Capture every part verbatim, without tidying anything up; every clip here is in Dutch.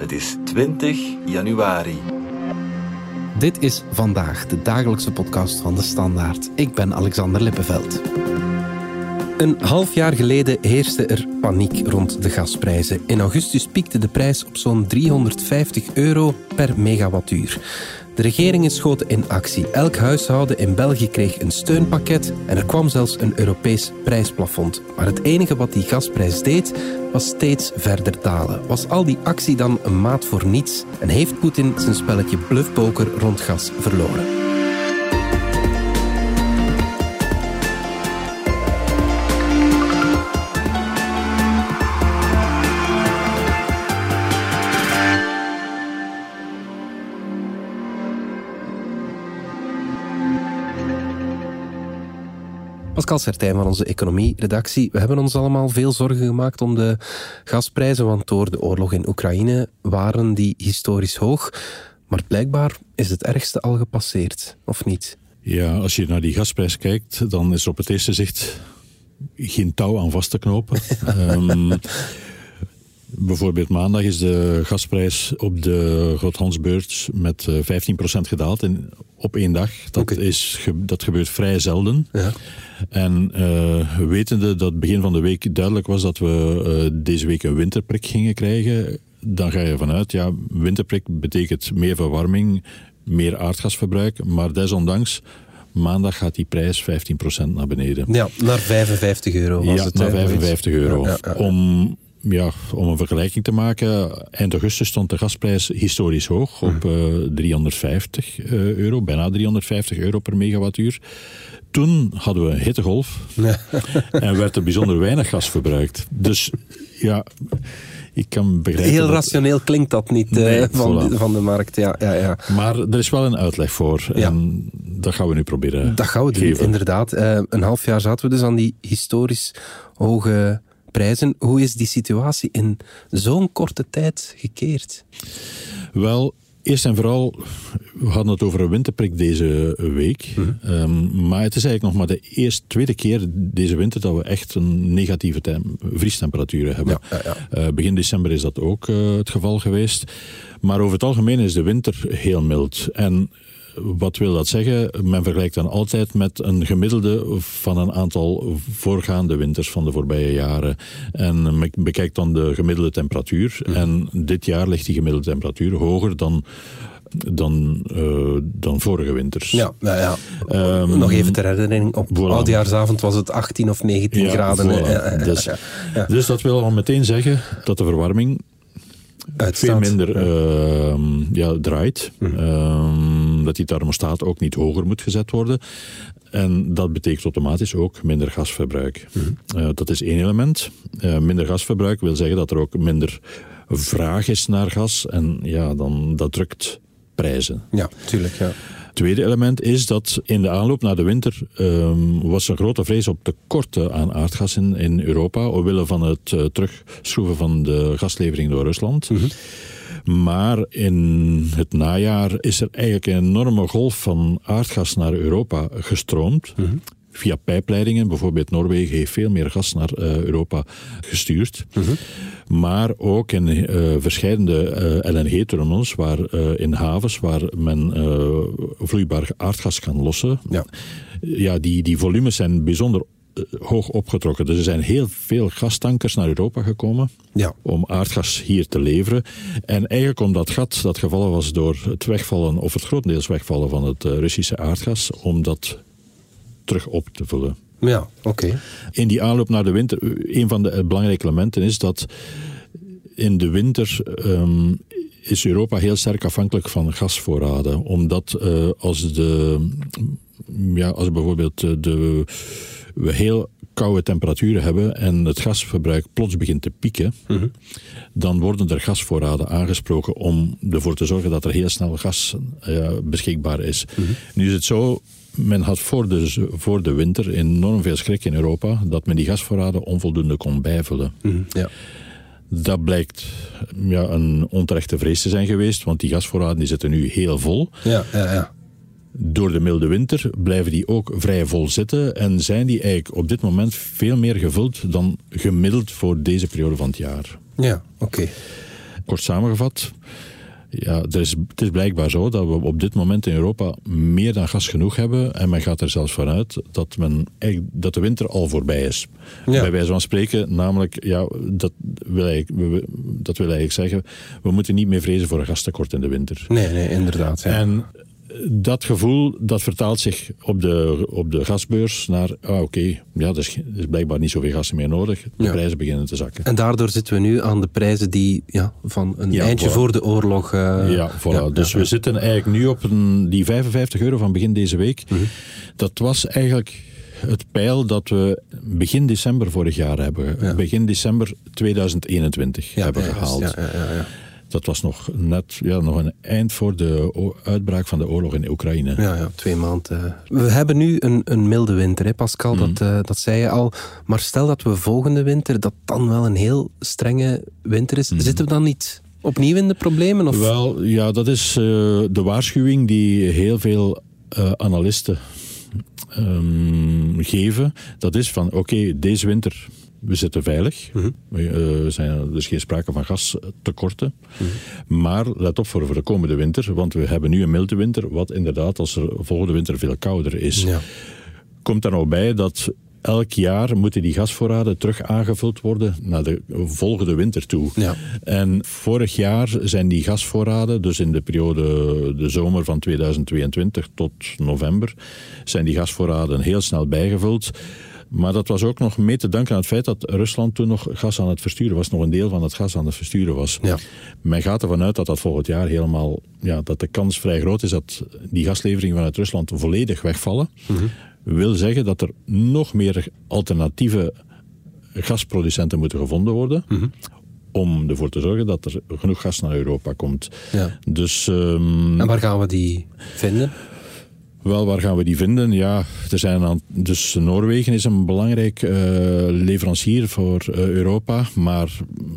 Het is twintig januari. Dit is Vandaag, de dagelijkse podcast van De Standaard. Ik ben Alexander Lippenveld. Een half jaar geleden heerste er paniek rond de gasprijzen. In augustus piekte de prijs op zo'n driehonderdvijftig euro per megawattuur. De regeringen schoten in actie. Elk huishouden in België kreeg een steunpakket en er kwam zelfs een Europees prijsplafond. Maar het enige wat die gasprijs deed, was steeds verder dalen. Was al die actie dan een maat voor niets? En heeft Poetin zijn spelletje bluffpoker rond gas verloren? Pascal Sertijn van onze economie-redactie. We hebben ons allemaal veel zorgen gemaakt om de gasprijzen, want door de oorlog in Oekraïne waren die historisch hoog. Maar blijkbaar is het ergste al gepasseerd, of niet? Ja, als je naar die gasprijs kijkt, dan is er op het eerste zicht geen touw aan vast te knopen. um, Bijvoorbeeld maandag is de gasprijs op de Groothandelsbeurs met vijftien procent gedaald in, op één dag. Dat, okay. is, dat gebeurt vrij zelden. Ja. En uh, wetende dat begin van de week duidelijk was dat we uh, deze week een winterprik gingen krijgen, dan ga je vanuit, ja, winterprik betekent meer verwarming, meer aardgasverbruik, maar desondanks, maandag gaat die prijs vijftien procent naar beneden. Ja, naar vijfenvijftig euro was ja, het. Ja, naar vijfenvijftig euro. Ja, ja, ja. Om... Ja, om een vergelijking te maken, eind augustus stond de gasprijs historisch hoog op uh, driehonderdvijftig euro, bijna driehonderdvijftig euro per megawattuur. Toen hadden we een hittegolf en werd er bijzonder weinig gas verbruikt. Dus ja, ik kan begrijpen... Heel dat... rationeel klinkt dat niet uh, nee, van, de, van de markt. Ja, ja, ja. Maar er is wel een uitleg voor en ja. dat gaan we nu proberen Dat gaan we doen, geven. Inderdaad. Uh, een half jaar zaten we dus aan die historisch hoge prijzen. Hoe is die situatie in zo'n korte tijd gekeerd? Wel, eerst en vooral, we hadden het over een winterprik deze week. Mm-hmm. Um, maar het is eigenlijk nog maar de eerste, tweede keer deze winter dat we echt een negatieve tem- vriestemperaturen hebben. Ja, ja, ja. Uh, begin december is dat ook uh, het geval geweest. Maar over het algemeen is de winter heel mild. En wat wil dat zeggen? Men vergelijkt dan altijd met een gemiddelde van een aantal voorgaande winters van de voorbije jaren. En men bekijkt dan de gemiddelde temperatuur. Mm. En dit jaar ligt die gemiddelde temperatuur hoger dan, dan, uh, dan vorige winters. Ja, nou ja. Um, Nog even ter herinnering. Op voilà. Oudjaarsavond was het achttien of negentien ja, graden. Voilà. Uh, dus, ja, ja. dus dat wil al meteen zeggen dat de verwarming Uitstaat. veel minder uh, ja, draait. Mm. Uh, dat die thermostaat ook niet hoger moet gezet worden. En dat betekent automatisch ook minder gasverbruik. Mm. Uh, dat is één element. Uh, minder gasverbruik wil zeggen dat er ook minder vraag is naar gas. En ja, dan, dat drukt prijzen. Ja, tuurlijk, ja. Het tweede element is dat in de aanloop naar de winter um, was er grote vrees op tekorten aan aardgas in, in Europa, omwille van het uh, terugschroeven van de gaslevering door Rusland. Mm-hmm. Maar in het najaar is er eigenlijk een enorme golf van aardgas naar Europa gestroomd. Mm-hmm. Via pijpleidingen, bijvoorbeeld Noorwegen heeft veel meer gas naar uh, Europa gestuurd. Mm-hmm. Maar ook in uh, verschillende uh, L N G-terminals, waar, uh, in havens waar men uh, vloeibaar aardgas kan lossen. Ja. Ja, die, die volumes zijn bijzonder uh, hoog opgetrokken. Dus er zijn heel veel gastankers naar Europa gekomen ja. om aardgas hier te leveren. En eigenlijk om dat gat dat gevallen was door het wegvallen, of het grotendeels wegvallen van het uh, Russische aardgas, om dat terug op te vullen. Ja, oké. Okay. In die aanloop naar de winter, een van de belangrijke elementen is dat in de winter um, is Europa heel sterk afhankelijk van gasvoorraden. Omdat uh, als de, ja, als bijvoorbeeld de, we heel koude temperaturen hebben en het gasverbruik plots begint te pieken, mm-hmm. dan worden er gasvoorraden aangesproken om ervoor te zorgen dat er heel snel gas uh, beschikbaar is. Mm-hmm. Nu is het zo, men had voor de, voor de winter enorm veel schrik in Europa dat men die gasvoorraden onvoldoende kon bijvullen. Mm-hmm. Ja. Dat blijkt ja, een onterechte vrees te zijn geweest, want die gasvoorraden die zitten nu heel vol. Ja, ja, ja. Door de milde winter blijven die ook vrij vol zitten en zijn die eigenlijk op dit moment veel meer gevuld dan gemiddeld voor deze periode van het jaar. Ja, oké. Okay. kort samengevat, ja, er is, het is blijkbaar zo dat we op dit moment in Europa meer dan gas genoeg hebben. En men gaat er zelfs vanuit dat, men, dat de winter al voorbij is. Ja. Bij wijze van spreken, namelijk, ja, dat, wil eigenlijk, dat wil eigenlijk zeggen, we moeten niet meer vrezen voor een gastekort in de winter. Nee, nee, inderdaad. Ja. En dat gevoel, dat vertaalt zich op de, op de gasbeurs naar, ah, oké, okay, ja, er is, er is blijkbaar niet zoveel gas meer nodig. De ja. prijzen beginnen te zakken. En daardoor zitten we nu aan de prijzen die ja, van een ja, eindje voilà. voor de oorlog... Uh, ja, voilà. Ja, dus ja, we ja. zitten eigenlijk nu op een, die vijfenvijftig euro van begin deze week. Mm-hmm. Dat was eigenlijk het peil dat we begin december vorig jaar hebben. Ja. Begin december tweeduizend eenentwintig ja, hebben ja, gehaald. Ja, ja, ja, ja. Dat was nog net ja, nog een eind voor de o- uitbraak van de oorlog in Oekraïne. Ja, ja twee maanden. We hebben nu een, een milde winter, hè Pascal, mm. dat, uh, dat zei je al. Maar stel dat we volgende winter, dat dan wel een heel strenge winter is. Mm. Zitten we dan niet opnieuw in de problemen? Of? Wel, ja, dat is uh, de waarschuwing die heel veel uh, analisten um, geven. Dat is van, oké, okay, deze winter... We zitten veilig. Mm-hmm. We, uh, zijn, er is geen sprake van gastekorten. Mm-hmm. Maar let op voor, voor de komende winter. Want we hebben nu een milde winter. Wat inderdaad als er volgende winter veel kouder is. Ja. Komt er nou bij dat elk jaar moeten die gasvoorraden terug aangevuld worden naar de volgende winter toe. Ja. En vorig jaar zijn die gasvoorraden, dus in de periode de zomer van tweeduizend tweeëntwintig tot november, zijn die gasvoorraden heel snel bijgevuld. Maar dat was ook nog mee te danken aan het feit dat Rusland toen nog gas aan het versturen was. Nog een deel van het gas aan het versturen was. Ja. Men gaat ervan uit dat dat volgend jaar helemaal... Ja, dat de kans vrij groot is dat die gasleveringen vanuit Rusland volledig wegvallen. Mm-hmm. Wil zeggen dat er nog meer alternatieve gasproducenten moeten gevonden worden. Mm-hmm. Om ervoor te zorgen dat er genoeg gas naar Europa komt. Ja. Dus, um, en waar gaan we die vinden? Wel, waar gaan we die vinden? Ja, er zijn aan, dus Noorwegen is een belangrijk uh, leverancier voor uh, Europa, maar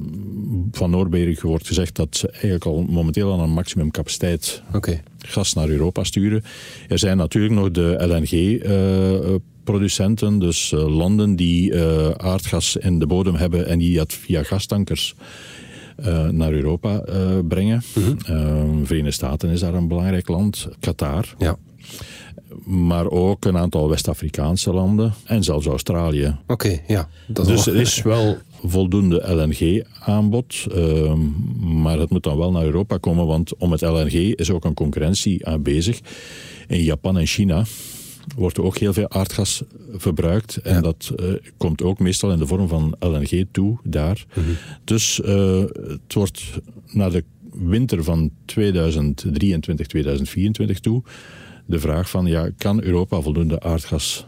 van Noorwegen wordt gezegd dat ze eigenlijk al momenteel aan een maximumcapaciteit okay. gas naar Europa sturen. Er zijn natuurlijk nog de L N G-producenten, uh, dus uh, landen die uh, aardgas in de bodem hebben en die dat via gastankers Uh, naar Europa uh, brengen. Mm-hmm. Uh, Verenigde Staten is daar een belangrijk land. Qatar. Ja. Maar ook een aantal West-Afrikaanse landen. En zelfs Australië. Oké, okay, ja. Dat dus er is wel voldoende L N G-aanbod. Uh, maar het moet dan wel naar Europa komen. Want om het L N G is ook een concurrentie aan bezig. In Japan en China wordt er ook heel veel aardgas verbruikt. En ja. dat uh, komt ook meestal in de vorm van L N G toe, daar. Mm-hmm. Dus uh, het wordt naar de winter van tweeduizend drieëntwintig tweeduizend vierentwintig toe de vraag van, ja, kan Europa voldoende aardgas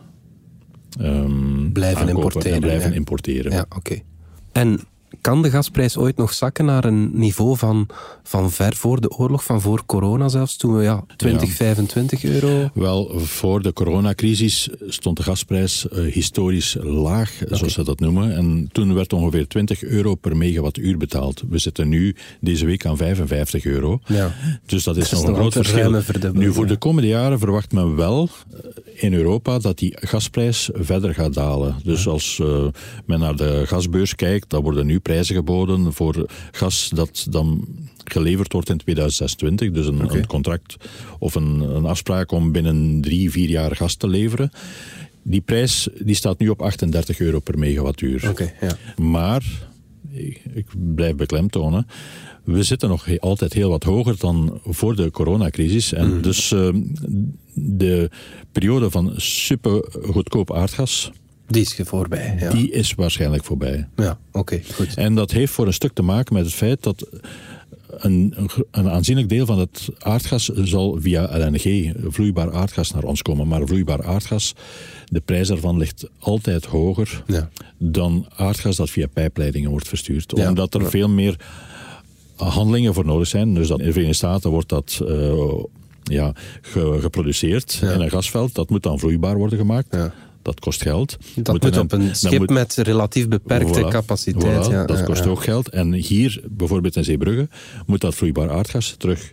um, blijven importeren? En blijven ja. importeren. Ja, oké. Okay. En kan de gasprijs ooit nog zakken naar een niveau van, van ver voor de oorlog, van voor corona zelfs, toen we ja, twintig, ja. vijfentwintig euro... Wel, voor de coronacrisis stond de gasprijs uh, historisch laag, okay. zoals ze dat noemen. En toen werd ongeveer twintig euro per megawattuur betaald. We zitten nu deze week aan vijfenvijftig euro. Ja. Dus dat is, dat nog is een groot verschil. Nu, voor de komende jaren verwacht men wel in Europa dat die gasprijs verder gaat dalen. Dus ja. als uh, men naar de gasbeurs kijkt, dan worden nu prijzen geboden voor gas dat dan geleverd wordt in tweeduizend zesentwintig. Dus een, okay. een contract of een, een afspraak om binnen drie, vier jaar gas te leveren. Die prijs die staat nu op achtendertig euro per megawattuur. Okay, ja. Maar, ik, ik blijf beklemtonen, we zitten nog he, altijd heel wat hoger dan voor de coronacrisis. En mm. dus uh, de periode van supergoedkoop aardgas, die is voorbij. Ja. Die is waarschijnlijk voorbij. Ja, oké, okay, goed. En dat heeft voor een stuk te maken met het feit dat een, een aanzienlijk deel van het aardgas zal via L N G, vloeibaar aardgas, naar ons komen. Maar vloeibaar aardgas, de prijs daarvan ligt altijd hoger ja. dan aardgas dat via pijpleidingen wordt verstuurd. Ja. Omdat er ja. veel meer handelingen voor nodig zijn. Dus dat in de Verenigde Staten wordt dat uh, ja, ge, geproduceerd ja. in een gasveld. Dat moet dan vloeibaar worden gemaakt. Ja. Dat kost geld. Dat moet, moet op een schip moet, met relatief beperkte voilà, capaciteit. Voilà, ja, dat ja, kost ja. ook geld. En hier, bijvoorbeeld in Zeebrugge, moet dat vloeibaar aardgas terug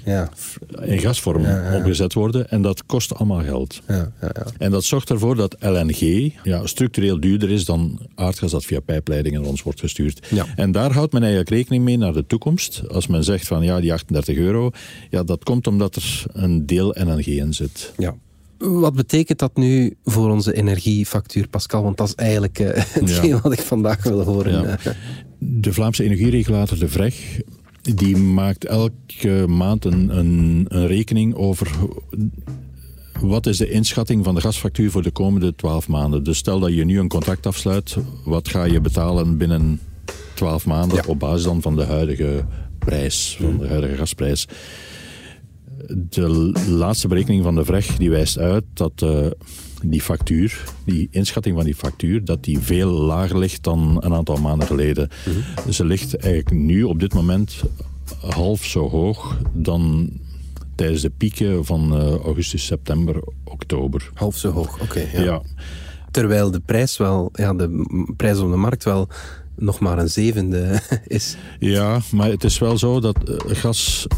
ja. in gasvorm ja, ja, ja. omgezet worden. En dat kost allemaal geld. Ja, ja, ja. En dat zorgt ervoor dat L N G ja, structureel duurder is dan aardgas dat via pijpleidingen naar ons wordt gestuurd. Ja. En daar houdt men eigenlijk rekening mee naar de toekomst. Als men zegt van ja, die achtendertig euro, ja, dat komt omdat er een deel L N G in zit. Ja. Wat betekent dat nu voor onze energiefactuur, Pascal? Want dat is eigenlijk uh, hetgeen ja. wat ik vandaag wil horen. Ja. De Vlaamse energieregulator, de V R E G, die maakt elke maand een, een, een rekening over wat is de inschatting van de gasfactuur voor de komende twaalf maanden. Dus stel dat je nu een contract afsluit, wat ga je betalen binnen twaalf maanden ja. op basis dan van de huidige prijs, van de huidige gasprijs. De laatste berekening van de V R E G die wijst uit dat uh, die factuur, die inschatting van die factuur, dat die veel lager ligt dan een aantal maanden geleden. Mm-hmm. Ze ligt eigenlijk nu op dit moment half zo hoog dan tijdens de pieken van uh, augustus, september, oktober. Half zo hoog, oké. Okay, ja. ja. Terwijl de prijs wel, ja, de prijs op de markt wel nog maar een zevende is. Ja, maar het is wel zo dat uh, gas...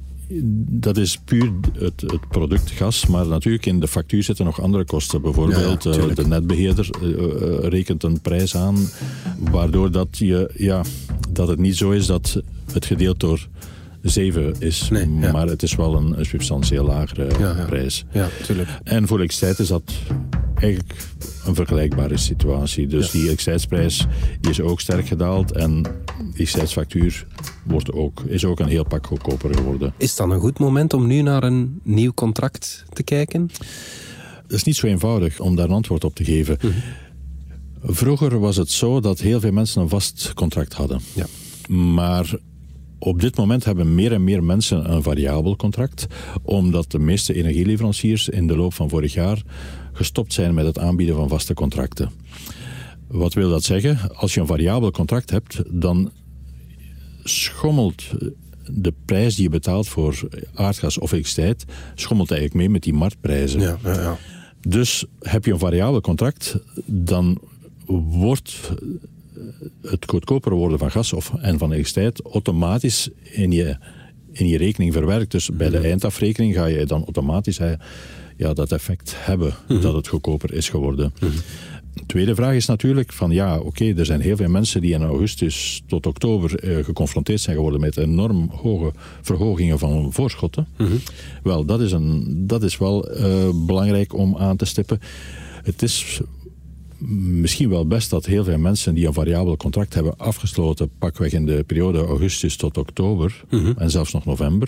Dat is puur het, het product gas, maar natuurlijk in de factuur zitten nog andere kosten. Bijvoorbeeld ja, ja, de netbeheerder uh, rekent een prijs aan, waardoor dat, je, ja, dat het niet zo is dat het gedeeld door zeven is. Nee, ja. Maar het is wel een, een substantieel lagere ja, ja. prijs. Ja, tuurlijk. En voor elektriciteit is dat eigenlijk een vergelijkbare situatie. Dus ja. die elektriciteitsprijs die is ook sterk gedaald en die elektriciteitsfactuur wordt ook, is ook een heel pak goedkoper geworden. Is dat een goed moment om nu naar een nieuw contract te kijken? Het is niet zo eenvoudig om daar een antwoord op te geven. Mm-hmm. Vroeger was het zo dat heel veel mensen een vast contract hadden. Ja. Maar op dit moment hebben meer en meer mensen een variabel contract, omdat de meeste energieleveranciers in de loop van vorig jaar gestopt zijn met het aanbieden van vaste contracten. Wat wil dat zeggen? Als je een variabel contract hebt, dan schommelt de prijs die je betaalt voor aardgas of elektriciteit, schommelt eigenlijk mee met die marktprijzen. Ja, ja, ja. Dus heb je een variabel contract, dan wordt het goedkoper worden van gas of, en van elektriciteit automatisch in je, in je rekening verwerkt. Dus bij de eindafrekening ga je dan automatisch uh, ja, dat effect hebben, mm-hmm. dat het goedkoper is geworden. Mm-hmm. De tweede vraag is natuurlijk van ja, oké, okay, er zijn heel veel mensen die in augustus tot oktober uh, geconfronteerd zijn geworden met enorm hoge verhogingen van voorschotten. Mm-hmm. Wel, dat is, een, dat is wel uh, belangrijk om aan te stippen. Het is misschien wel best dat heel veel mensen die een variabel contract hebben afgesloten, pakweg in de periode augustus tot oktober, mm-hmm. en zelfs nog november,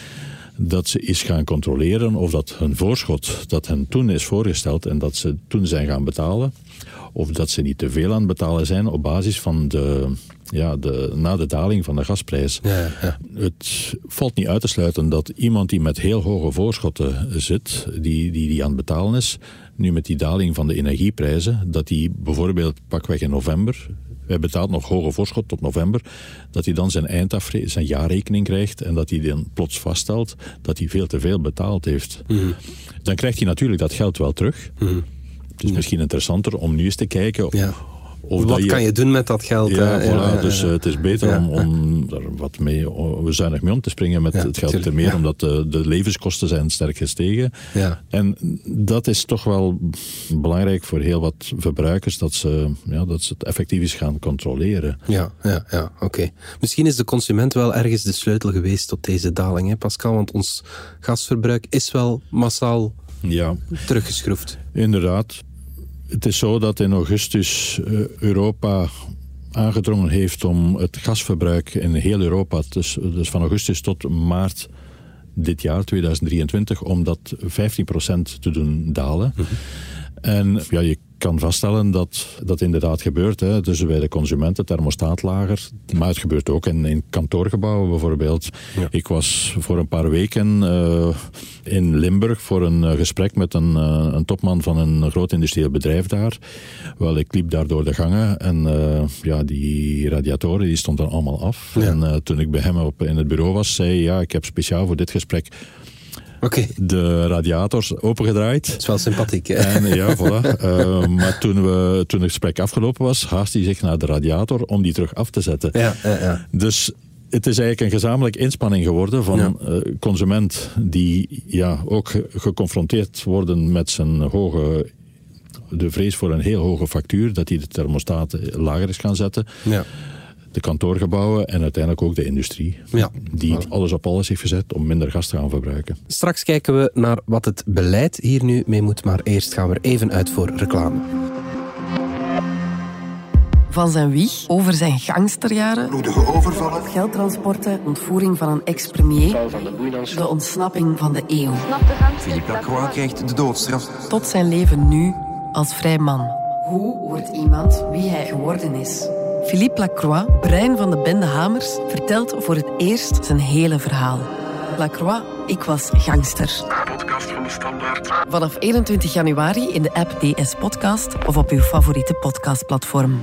dat ze eens gaan controleren of dat hun voorschot dat hen toen is voorgesteld en dat ze toen zijn gaan betalen, of dat ze niet te veel aan het betalen zijn op basis van de, ja, de, na de daling van de gasprijs. Ja, ja. Het valt niet uit te sluiten dat iemand die met heel hoge voorschotten zit, die, die, die aan het betalen is, nu met die daling van de energieprijzen, dat die bijvoorbeeld pakweg in november, hij betaalt nog hoge voorschot tot november, dat hij dan zijn eindafre- zijn jaarrekening krijgt en dat hij dan plots vaststelt dat hij veel te veel betaald heeft. Mm-hmm. Dan krijgt hij natuurlijk dat geld wel terug. Mm-hmm. Het is misschien interessanter om nu eens te kijken ja. of wat je, kan je doen met dat geld? Ja, uh, voilà, uh, dus uh, het is beter ja, om, om er wat mee, we zuinig mee om te springen met ja, het geld te meer, ja. omdat de, de levenskosten zijn sterk gestegen. Ja. En dat is toch wel belangrijk voor heel wat verbruikers, dat ze, ja, dat ze het effectief eens gaan controleren. Ja, ja, ja oké. Okay. Misschien is de consument wel ergens de sleutel geweest tot deze daling, hè, Pascal, want ons gasverbruik is wel massaal ja. teruggeschroefd. Inderdaad. Het is zo dat in augustus uh, Europa aangedrongen heeft om het gasverbruik in heel Europa, dus, dus van augustus tot maart dit jaar, tweeduizend drieëntwintig, om dat vijftien procent te doen dalen. Mm-hmm. En ja, je kan vaststellen dat dat inderdaad gebeurt. Hè. Dus bij de consumenten, thermostaat lager. Maar het gebeurt ook in, in kantoorgebouwen bijvoorbeeld. Ja. Ik was voor een paar weken uh, in Limburg voor een uh, gesprek met een, uh, een topman van een groot industrieel bedrijf daar. Wel, ik liep daar door de gangen en uh, ja, die radiatoren die stonden allemaal af. Ja. En uh, toen ik bij hem op, in het bureau was, zei ja, ik heb speciaal voor dit gesprek Okay. de radiators opengedraaid. Dat is wel sympathiek, hè? En, ja, voilà. Uh, maar toen, we, toen het gesprek afgelopen was, haast hij zich naar de radiator om die terug af te zetten. Ja, ja, ja. Dus het is eigenlijk een gezamenlijke inspanning geworden van ja. uh, consument die ja, ook ge- geconfronteerd worden met zijn hoge, de vrees voor een heel hoge factuur, dat hij de thermostaat lager is gaan zetten. Ja. De kantoorgebouwen en uiteindelijk ook de industrie. Ja. Die alles op alles heeft gezet om minder gas te gaan verbruiken. Straks kijken we naar wat het beleid hier nu mee moet, maar eerst gaan we er even uit voor reclame. Van zijn wieg, over zijn gangsterjaren, bloedige overvallen, geldtransporten, ontvoering van een ex-premier, de ontsnapping van de eeuw. Philippe Lacroix krijgt de doodstraf. Tot zijn leven nu als vrij man. Hoe wordt iemand wie hij geworden is? Philippe Lacroix, brein van de bende Hamers, vertelt voor het eerst zijn hele verhaal. Lacroix, ik was gangster. Podcast van de Standaard. Vanaf eenentwintig januari in de app D S Podcast of op uw favoriete podcastplatform.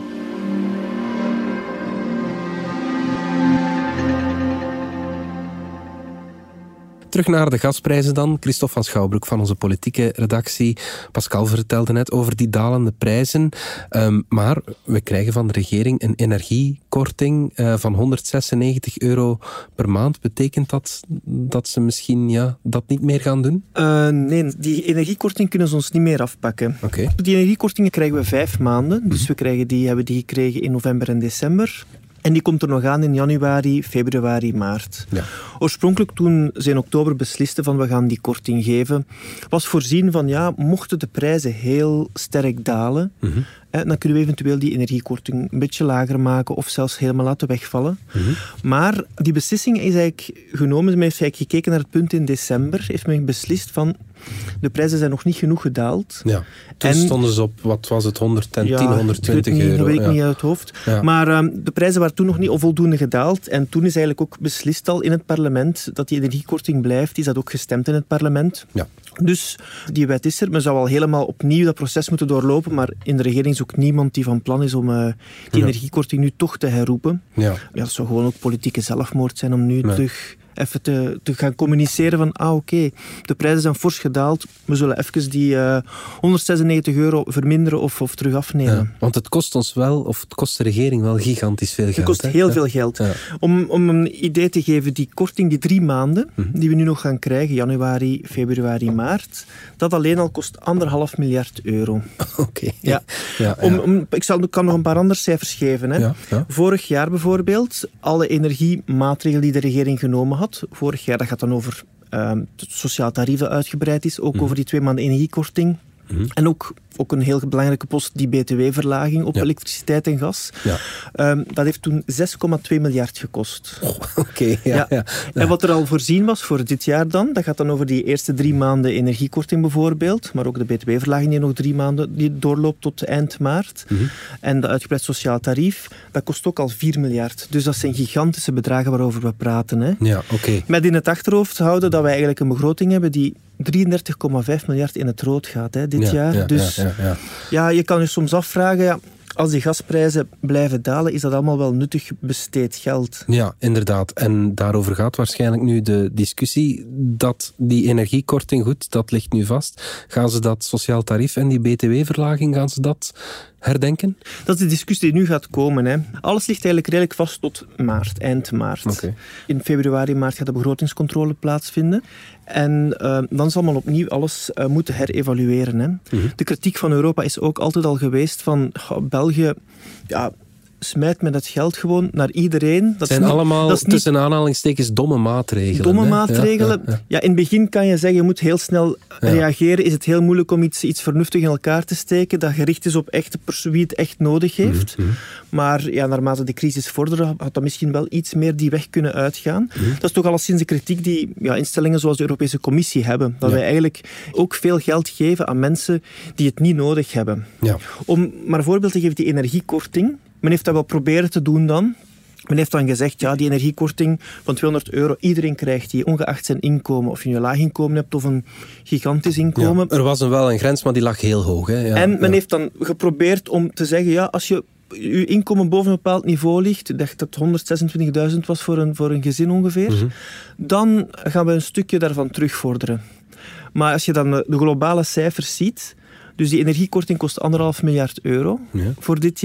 Terug naar de gasprijzen dan. Christophe van Schouwbroek van onze politieke redactie. Pascal vertelde net over die dalende prijzen. Um, maar we krijgen van de regering een energiekorting uh, van honderdzesennegentig euro per maand. Betekent dat dat ze misschien ja, dat niet meer gaan doen? Uh, nee, die energiekorting kunnen ze ons niet meer afpakken. Okay. Die energiekortingen krijgen we vijf maanden. Dus we krijgen die, hebben die gekregen in november en december. En die komt er nog aan in januari, februari, maart. Ja. Oorspronkelijk toen ze in oktober beslisten van we gaan die korting geven, was voorzien van ja, mochten de prijzen heel sterk dalen, mm-hmm. eh, dan kunnen we eventueel die energiekorting een beetje lager maken of zelfs helemaal laten wegvallen. Mm-hmm. Maar die beslissing is eigenlijk genomen, men heeft eigenlijk gekeken naar het punt in december, heeft men beslist van de prijzen zijn nog niet genoeg gedaald. Ja, toen en, stonden ze op, wat was het, honderdtien, ja, honderdtwintig niet, euro. Dat weet ik ja. niet uit het hoofd. Ja. Maar um, de prijzen waren toen nog niet onvoldoende gedaald. En toen is eigenlijk ook beslist al in het parlement dat die energiekorting blijft. Is dat ook gestemd in het parlement. Ja. Dus die wet is er. Men zou al helemaal opnieuw dat proces moeten doorlopen. Maar in de regering is ook niemand die van plan is om uh, die ja. energiekorting nu toch te herroepen. Ja. Ja, dat zou gewoon ook politieke zelfmoord zijn om nu nee. terug even te, te gaan communiceren van ah oké, okay, de prijzen zijn fors gedaald, we zullen even die uh, honderdzesennegentig euro verminderen of, of terug afnemen. Ja, want het kost ons wel, of het kost de regering wel gigantisch veel geld. Het kost hè? heel ja. veel geld. Ja. Om, om een idee te geven, die korting, die drie maanden, mm-hmm. die we nu nog gaan krijgen, januari, februari, maart, dat alleen al kost anderhalf miljard euro. Oké. Okay. Ja. Ja, ja. Om, om, ik, zal, ik kan nog een paar andere cijfers geven. Hè. Ja, ja. Vorig jaar bijvoorbeeld, alle energiemaatregelen die de regering genomen had, vorig jaar, dat gaat dan over uh, het sociaal tarief dat uitgebreid is, ook mm. over die twee maanden energiekorting. Mm-hmm. En ook, ook een heel belangrijke post, die B T W-verlaging op ja. elektriciteit en gas. Ja. Um, dat heeft toen zes komma twee miljard gekost. Oh, Oké, okay, ja, ja. ja. En wat er al voorzien was voor dit jaar dan, dat gaat dan over die eerste drie maanden energiekorting bijvoorbeeld, maar ook de B T W-verlaging die nog drie maanden die doorloopt tot eind maart. Mm-hmm. En de uitgebreid sociaal tarief, dat kost ook al vier miljard. Dus dat zijn gigantische bedragen waarover we praten. Hè. Ja, okay. Met in het achterhoofd houden dat wij eigenlijk een begroting hebben die drieëndertig komma vijf miljard in het rood gaat hè, dit ja, jaar. Ja, dus ja, ja, ja. ja, je kan je soms afvragen, ja, als die gasprijzen blijven dalen, is dat allemaal wel nuttig besteed geld. Ja, inderdaad. En daarover gaat waarschijnlijk nu de discussie. Dat die energiekorting, goed, dat ligt nu vast. Gaan ze dat sociaal tarief en die B T W-verlaging, gaan ze dat herdenken? Dat is de discussie die nu gaat komen. Hè. Alles ligt eigenlijk redelijk vast tot maart, eind maart. Okay. In februari, maart gaat de begrotingscontrole plaatsvinden. En uh, dan zal men opnieuw alles uh, moeten herevalueren. Hè. Mm-hmm. De kritiek van Europa is ook altijd al geweest van oh, België... Ja, smijt met het geld gewoon naar iedereen. Dat het zijn is niet, allemaal dat is niet, tussen aanhalingstekens domme maatregelen. Domme hè? maatregelen. Ja, ja, ja. ja, in het begin kan je zeggen, je moet heel snel ja. reageren. Is het heel moeilijk om iets, iets vernuftig in elkaar te steken, dat gericht is op echt wie het echt nodig heeft. Mm-hmm. Maar ja, naarmate de crisis vorderde, had dat misschien wel iets meer die weg kunnen uitgaan. Mm-hmm. Dat is toch alleszins de kritiek die ja, instellingen zoals de Europese Commissie hebben. Dat ja. wij eigenlijk ook veel geld geven aan mensen die het niet nodig hebben. Ja. Om maar een voorbeeld te geven, die energiekorting. Men heeft dat wel proberen te doen dan. Men heeft dan gezegd, ja, die energiekorting van tweehonderd euro, iedereen krijgt die, ongeacht zijn inkomen. Of je een laag inkomen hebt of een gigantisch inkomen. Ja, er was een wel een grens, maar die lag heel hoog. Hè? Ja, en men ja. heeft dan geprobeerd om te zeggen, ja, als je uw inkomen boven een bepaald niveau ligt, ik dacht dat het honderdzesentwintigduizend was voor een, voor een gezin ongeveer, mm-hmm. dan gaan we een stukje daarvan terugvorderen. Maar als je dan de globale cijfers ziet, dus die energiekorting kost anderhalf miljard euro ja. voor dit jaar.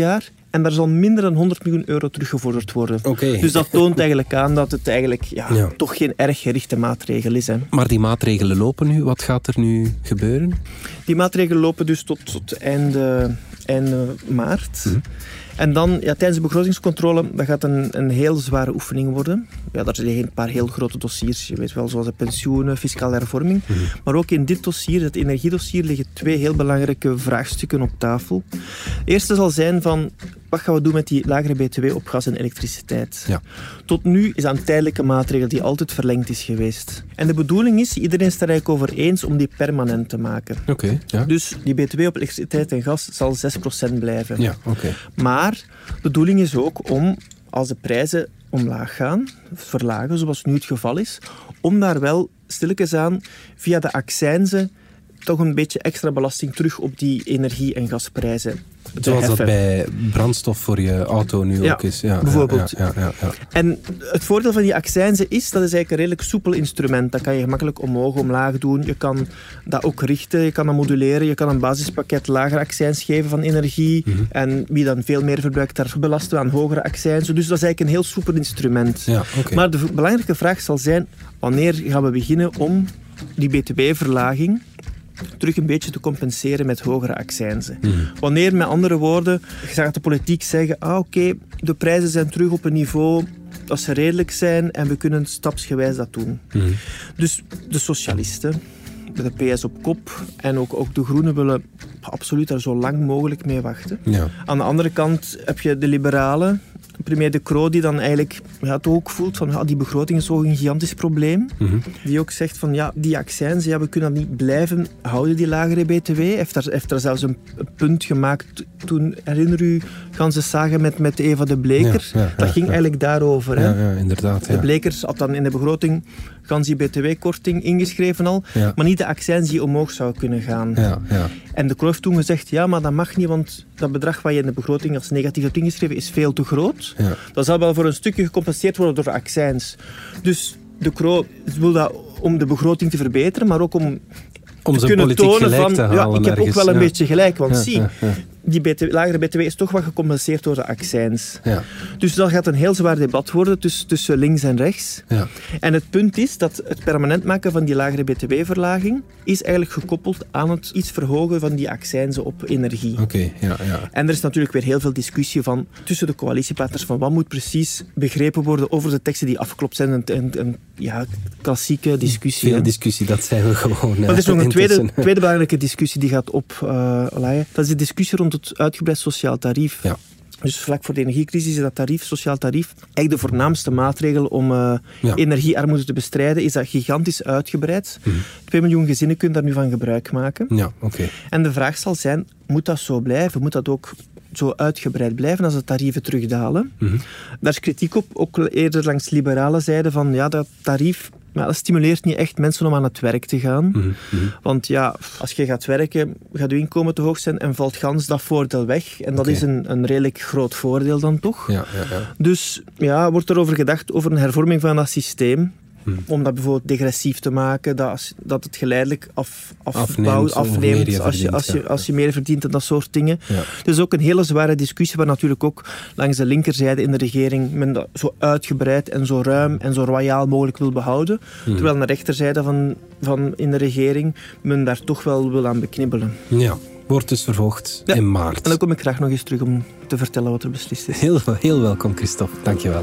En daar zal minder dan honderd miljoen euro teruggevorderd worden. Okay. Dus dat toont eigenlijk aan dat het eigenlijk ja, ja. toch geen erg gerichte maatregel is. Hè. Maar die maatregelen lopen nu. Wat gaat er nu gebeuren? Die maatregelen lopen dus tot, tot einde, einde maart. Mm-hmm. En dan, ja, tijdens de begrotingscontrole, dat gaat een, een heel zware oefening worden. Ja, daar liggen een paar heel grote dossiers, je weet wel, zoals de pensioenen, fiscale hervorming. Mm-hmm. Maar ook in dit dossier, het energiedossier, liggen twee heel belangrijke vraagstukken op tafel. De eerste zal zijn van, wat gaan we doen met die lagere B T W op gas en elektriciteit? Ja. Tot nu is dat een tijdelijke maatregel die altijd verlengd is geweest. En de bedoeling is, iedereen is het er eigenlijk over eens om die permanent te maken. Okay, ja. Dus die B T W op elektriciteit en gas zal zes procent blijven. Ja, okay. Maar de bedoeling is ook om, als de prijzen omlaag gaan, verlagen, zoals nu het geval is, om daar wel stilletjes aan via de accijnzen toch een beetje extra belasting terug op die energie- en gasprijzen. Zoals dat bij brandstof voor je auto nu ja, ook is. Ja, bijvoorbeeld. Ja, ja, ja, ja. En het voordeel van die accijnzen is, dat is eigenlijk een redelijk soepel instrument. Dat kan je gemakkelijk omhoog, omlaag doen. Je kan dat ook richten, je kan dat moduleren. Je kan een basispakket lager accijns geven van energie. Mm-hmm. En wie dan veel meer verbruikt, daar belasten we aan hogere accijnzen. Dus dat is eigenlijk een heel soepel instrument. Ja, okay. Maar de belangrijke vraag zal zijn, wanneer gaan we beginnen om die B T W-verlaging terug een beetje te compenseren met hogere accijnzen. Mm. Wanneer, met andere woorden, je zag de politiek zeggen, ah oké, okay, de prijzen zijn terug op een niveau dat ze redelijk zijn en we kunnen stapsgewijs dat doen. Mm. Dus de socialisten, de P S op kop en ook, ook de Groenen willen absoluut daar zo lang mogelijk mee wachten. Ja. Aan de andere kant heb je de liberalen, premier De Croo, die dan eigenlijk ja, toch ook voelt van ja, die begroting is toch een gigantisch probleem. Mm-hmm. Die ook zegt van ja, die accijnzen, ja, we kunnen dat niet blijven houden, die lagere B T W. Hij heeft daar, heeft daar zelfs een punt gemaakt toen, herinner u, gaan ze zagen met, met Eva de Bleker. Ja, ja, dat ja, ging ja. eigenlijk daarover. Hè? Ja, ja, inderdaad. Ja. De Blekers had dan in de begroting gans die B T W-korting ingeschreven al, ja. maar niet de accijns die omhoog zou kunnen gaan. Ja, ja. En De Croo heeft toen gezegd, ja, maar dat mag niet, want dat bedrag wat je in de begroting als negatief hebt ingeschreven is veel te groot. Ja. Dat zal wel voor een stukje gecompenseerd worden door de accijns. Dus De Croo wil dat om de begroting te verbeteren, maar ook om, om te kunnen tonen van, te ja, ik heb ergens. ook wel een ja. beetje gelijk, want ja, zie, ja, ja. die B T W, lagere B T W is toch wat gecompenseerd door de accijns. Ja. Dus dat gaat een heel zwaar debat worden tussen, tussen links en rechts. Ja. En het punt is dat het permanent maken van die lagere B T W-verlaging is eigenlijk gekoppeld aan het iets verhogen van die accijnzen op energie. Oké, okay, ja, ja. En er is natuurlijk weer heel veel discussie van, tussen de coalitiepartners van wat moet precies begrepen worden over de teksten die afgeklopt zijn. Een, een, een ja, klassieke discussie. Veel discussie, dat zijn we gewoon. Maar er is nog een tweede, tweede belangrijke discussie die gaat oplaaien. Uh, dat is de discussie rond het uitgebreid sociaal tarief. Ja. Dus vlak voor de energiecrisis is dat tarief, sociaal tarief, eigenlijk de voornaamste maatregel om uh, ja. energiearmoede te bestrijden, is dat gigantisch uitgebreid. Mm-hmm. Twee miljoen gezinnen kunnen daar nu van gebruik maken. Ja, okay. En de vraag zal zijn, moet dat zo blijven? Moet dat ook zo uitgebreid blijven als de tarieven terugdalen? Mm-hmm. Daar is kritiek op, ook eerder langs liberale zijde, van ja, dat tarief, maar dat stimuleert niet echt mensen om aan het werk te gaan. Mm-hmm. Want ja, als je gaat werken, gaat je inkomen te hoog zijn en valt gans dat voordeel weg. En dat okay. is een, een redelijk groot voordeel dan toch. Ja, ja, ja. Dus ja, wordt erover gedacht over een hervorming van dat systeem. Hmm. Om dat bijvoorbeeld degressief te maken, dat, dat het geleidelijk af, afbouwt, afneemt, afneemt je als, je, als, je, als je meer verdient en dat soort dingen. Ja. Dus ook een hele zware discussie, waar natuurlijk ook langs de linkerzijde in de regering men dat zo uitgebreid en zo ruim en zo royaal mogelijk wil behouden. Hmm. Terwijl aan de rechterzijde van, van in de regering men daar toch wel wil aan beknibbelen. Ja. Wordt dus vervolgd ja. in maart. En dan kom ik graag nog eens terug om te vertellen wat er beslist is. Heel, heel welkom, Christophe. Dank je wel.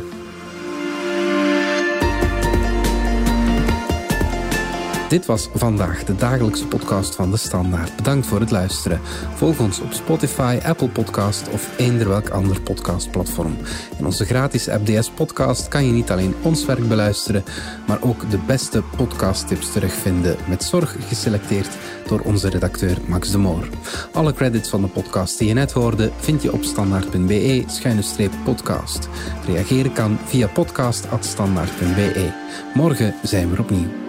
Dit was Vandaag, de dagelijkse podcast van De Standaard. Bedankt voor het luisteren. Volg ons op Spotify, Apple Podcast of eender welk ander podcastplatform. In onze gratis app D S Podcast kan je niet alleen ons werk beluisteren, maar ook de beste podcasttips terugvinden, met zorg geselecteerd door onze redacteur Max de Moor. Alle credits van de podcast die je net hoorde vind je op standaard punt b e schuine streep podcast. Reageren kan via podcast apenstaartje standaard punt b e. Morgen zijn we er opnieuw.